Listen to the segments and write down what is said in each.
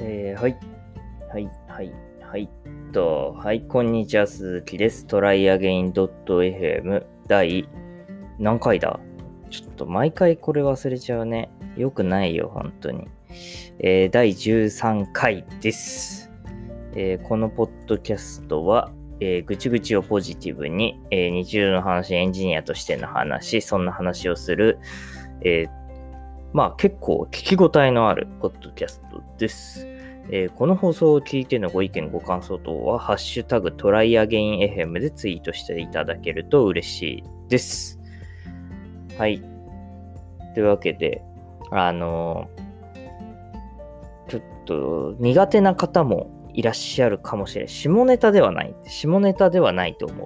はい。はい、こんにちは、鈴木です。tryagain.fm 第何回だ？ちょっと毎回これ忘れちゃうね。よくないよ、本当に。第13回です。このポッドキャストは、ぐちぐちをポジティブに、日常の話、エンジニアとしての話、そんな話をする、結構聞き応えのあるポッドキャストです。この放送を聞いてのご意見ご感想等はハッシュタグトライアゲイン FM でツイートしていただけると嬉しいです。はい。というわけでちょっと苦手な方もいらっしゃるかもしれない。下ネタではないと思う。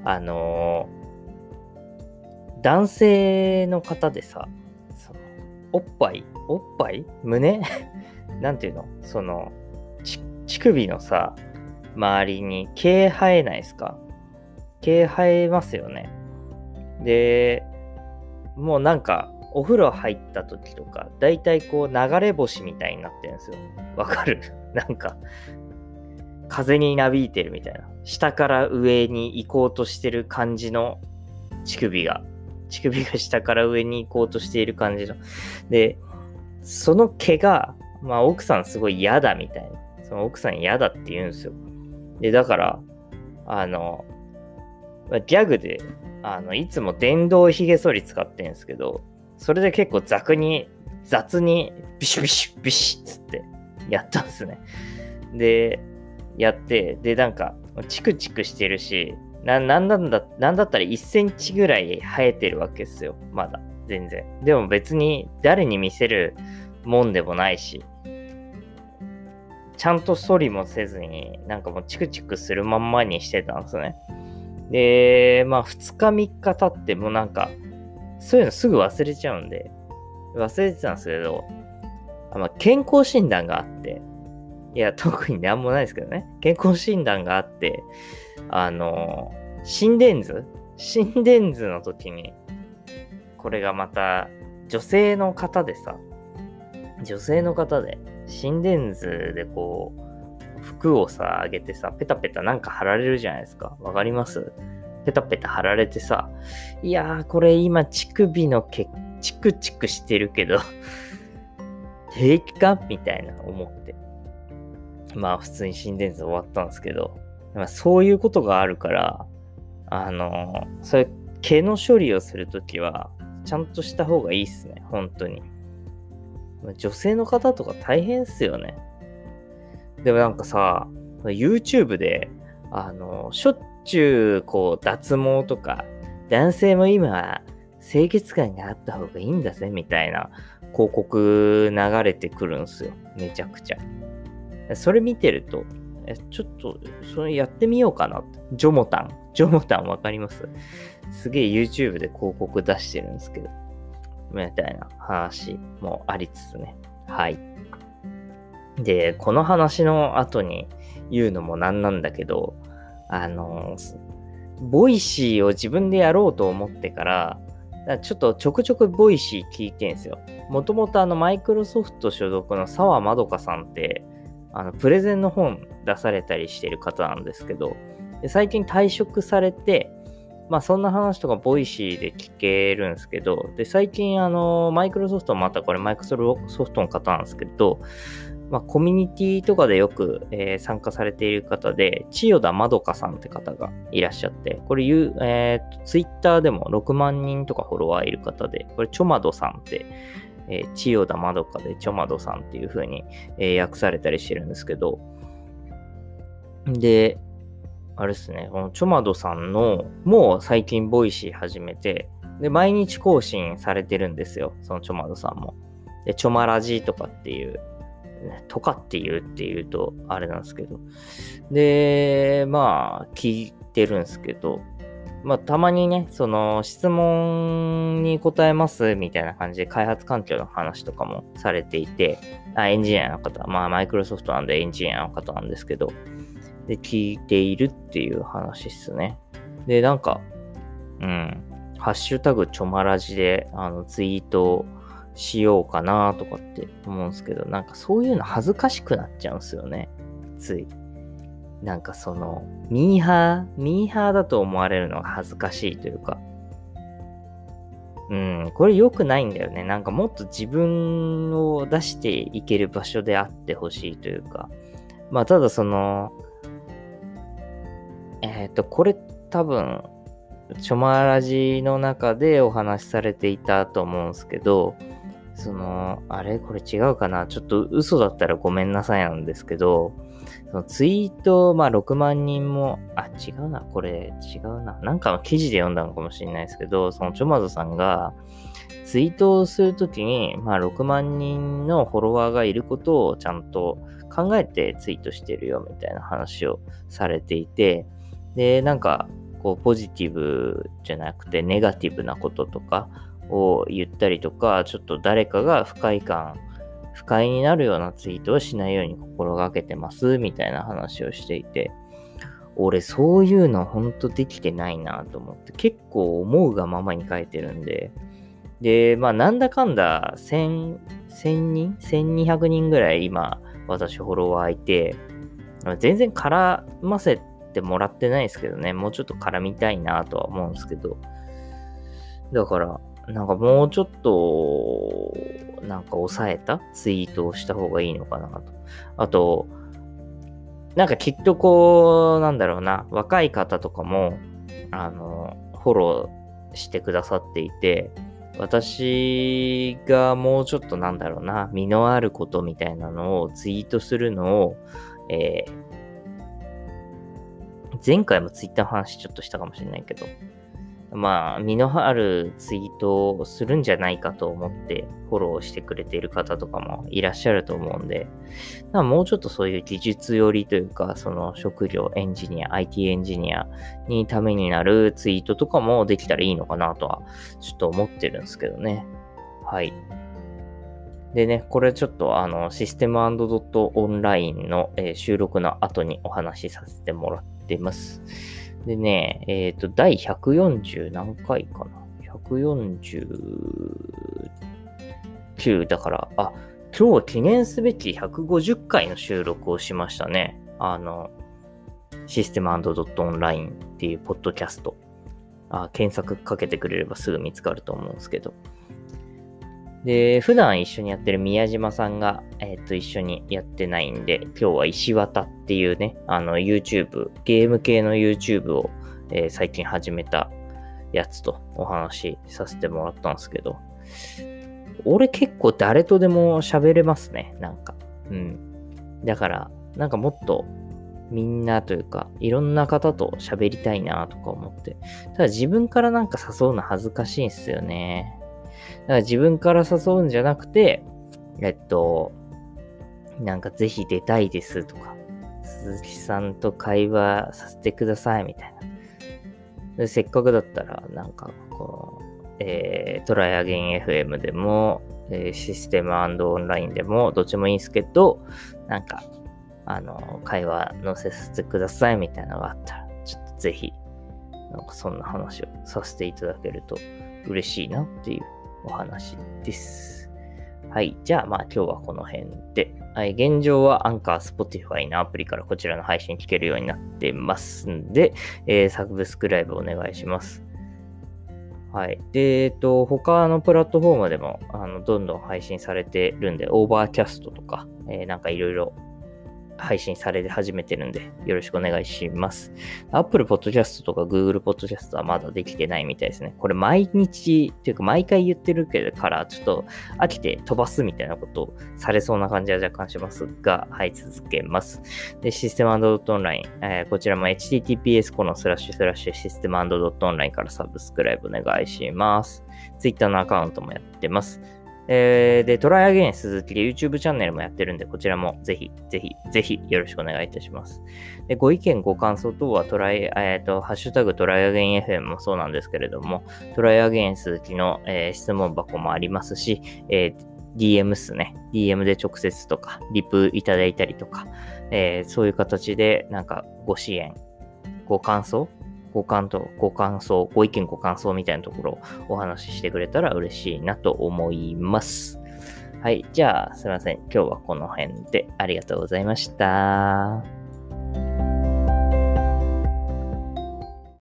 男性の方でさ、おっぱい胸なんていうの、乳首のさ、周りに毛生えないですか？毛生えますよね。で、もうなんか、お風呂入った時とか、だいたいこう流れ星みたいになってるんですよ。わかる？なんか、風になびいてるみたいな。下から上に行こうとしてる感じの乳首が下から上に行こうとしている感じの。で、その毛が、奥さんすごい嫌だみたいな。その奥さん嫌だって言うんですよ。で、だから、ギャグで、いつも電動ひげ剃り使ってるんですけど、それで結構雑に、ビシビシっつってやったんですね。で、やって、で、なんか、チクチクしてるし、なんだったら1センチぐらい生えてるわけですよ。まだ。全然。でも別に誰に見せるもんでもないし、ちゃんと処理もせずに、なんかもうチクチクするまんまにしてたんですね。で、2日3日経ってもなんか、そういうのすぐ忘れちゃうんで、忘れてたんですけど、健康診断があって、いや、特になんもないですけどね。健康診断があって、心電図の時に、これがまた、女性の方で、心電図でこう、服をさ、上げてさ、ペタペタなんか貼られるじゃないですか。わかります？ペタペタ貼られてさ、いやー、これ今乳首の毛、チクチクしてるけど、平気かみたいな思って。普通に心電図終わったんですけど、そういうことがあるから、そういう毛の処理をするときは、ちゃんとした方がいいっすね、本当に。女性の方とか大変っすよね。でもなんかさ、YouTube で、しょっちゅう、こう、脱毛とか、男性も今、清潔感があった方がいいんだぜ、みたいな広告流れてくるんすよ。めちゃくちゃ。それ見てると、ちょっと、それやってみようかなって。ジョモタンわかります？すげえ YouTube で広告出してるんですけど、みたいな話もありつつね。はい。で、この話の後に言うのもなんなんだけど、ボイシーを自分でやろうと思ってから、ちょっとちょくちょくボイシー聞いてんすよ。もともとマイクロソフト所属の澤まどかさんって、プレゼンの本出されたりしてる方なんですけど、で最近退職されて、そんな話とかボイシーで聞けるんですけど、で、最近マイクロソフトまたこれマイクロソフトの方なんですけど、コミュニティとかでよく、参加されている方で、千代田まどかさんって方がいらっしゃって、これツイッターでも6万人とかフォロワーいる方で、これちょまどさんって、千代田まどかでちょまどさんっていう風に、訳されたりしてるんですけど、で、あれですね、このちょまどさんの、もう最近ボイシー始めて、で、毎日更新されてるんですよ、そのちょまどさんも。で、ちょまラジとかっていう、っていうと、あれなんですけど。で、聞いてるんですけど、たまにね、その、質問に答えますみたいな感じで開発環境の話とかもされていて、エンジニアの方、マイクロソフトなんでエンジニアの方なんですけど、で、聞いているっていう話っすね。で、ハッシュタグちょまラジで、ツイートしようかなとかって思うんですけど、なんかそういうの恥ずかしくなっちゃうんですよね。つい。なんかその、ミーハーだと思われるのが恥ずかしいというか、これ良くないんだよね。なんかもっと自分を出していける場所であってほしいというか、まあただその、これ多分、チョマラジの中でお話しされていたと思うんですけど、その、これ違うかな、ちょっと嘘だったらごめんなさいなんですけど、そのツイート、6万人も、違うな、これ違うな。なんかの記事で読んだのかもしれないですけど、そのチョマゾさんがツイートをするときに、6万人のフォロワーがいることをちゃんと考えてツイートしてるよみたいな話をされていて、で、なんか、こうポジティブじゃなくてネガティブなこととかを言ったりとか、ちょっと誰かが不快になるようなツイートをしないように心がけてますみたいな話をしていて、俺そういうのほんとできてないなと思って、結構思うがままに書いてるんで、で、なんだかんだ1000人 ?1200 人ぐらい今私フォロワーいて、全然絡ませてもらってないですけどね、もうちょっと絡みたいなとは思うんですけど、だからなんかもうちょっとなんか抑えたツイートをした方がいいのかなと。あとなんかきっとこうなんだろうな、若い方とかもフォローしてくださっていて、私がもうちょっとなんだろうな、身のあることみたいなのをツイートするのを、前回もツイッターの話ちょっとしたかもしれないけど、身のあるツイートをするんじゃないかと思ってフォローしてくれている方とかもいらっしゃると思うんで、もうちょっとそういう技術寄りというか、その職業エンジニア、IT エンジニアにためになるツイートとかもできたらいいのかなとはちょっと思ってるんですけどね。はい。でね、これちょっとシステム&ドットオンラインの、収録の後にお話しさせてもらってます。でね、第140何回かな ?149 だから、今日記念すべき150回の収録をしましたね。システム&ドットオンラインっていうポッドキャスト。検索かけてくれればすぐ見つかると思うんですけど。で、普段一緒にやってる宮島さんが、一緒にやってないんで、今日は石渡っていうね、YouTube、ゲーム系の YouTube を、最近始めたやつとお話しさせてもらったんですけど、俺結構誰とでも喋れますね、なんか。だから、なんかもっとみんなというか、いろんな方と喋りたいなとか思って。ただ自分からなんか誘うの恥ずかしいんすよね。だから自分から誘うんじゃなくて、なんかぜひ出たいですとか、鈴木さんと会話させてくださいみたいな。でせっかくだったら、なんかこう、トライアゲイン FM でも、システム&オンラインでも、どっちもいいんですけど、なんか、会話載せさせてくださいみたいなのがあったら、ちょっとぜひ、なんかそんな話をさせていただけると嬉しいなっていうお話です。はい。じゃあ今日はこの辺で。はい。現状はアンカー、Spotify のアプリからこちらの配信聞けるようになってますんで、サブスクライブお願いします。はい。で、他のプラットフォームでも、どんどん配信されてるんで、オーバーキャストとか、なんかいろいろ配信され始めてるんで、よろしくお願いします。Apple Podcast とか Google Podcast はまだできてないみたいですね。これ毎日、というか毎回言ってるから、ちょっと飽きて飛ばすみたいなことをされそうな感じは若干しますが、はい、続けます。で、システム&ドットオンライン、こちらも https:// システム&ドットオンラインからサブスクライブお願いします。Twitter のアカウントもやってます。で、トライアゲイン鈴木で YouTube チャンネルもやってるんで、こちらもぜひよろしくお願いいたします。で、ご意見、ご感想等はハッシュタグトライアゲイン FM もそうなんですけれども、トライアゲイン鈴木の、質問箱もありますし、DM っすね。DM で直接とか、リプいただいたりとか、そういう形でなんかご支援、ご感想、 ご感想、ご意見ご感想みたいなところをお話ししてくれたら嬉しいなと思います。はい。じゃあ、すいません。今日はこの辺でありがとうございました。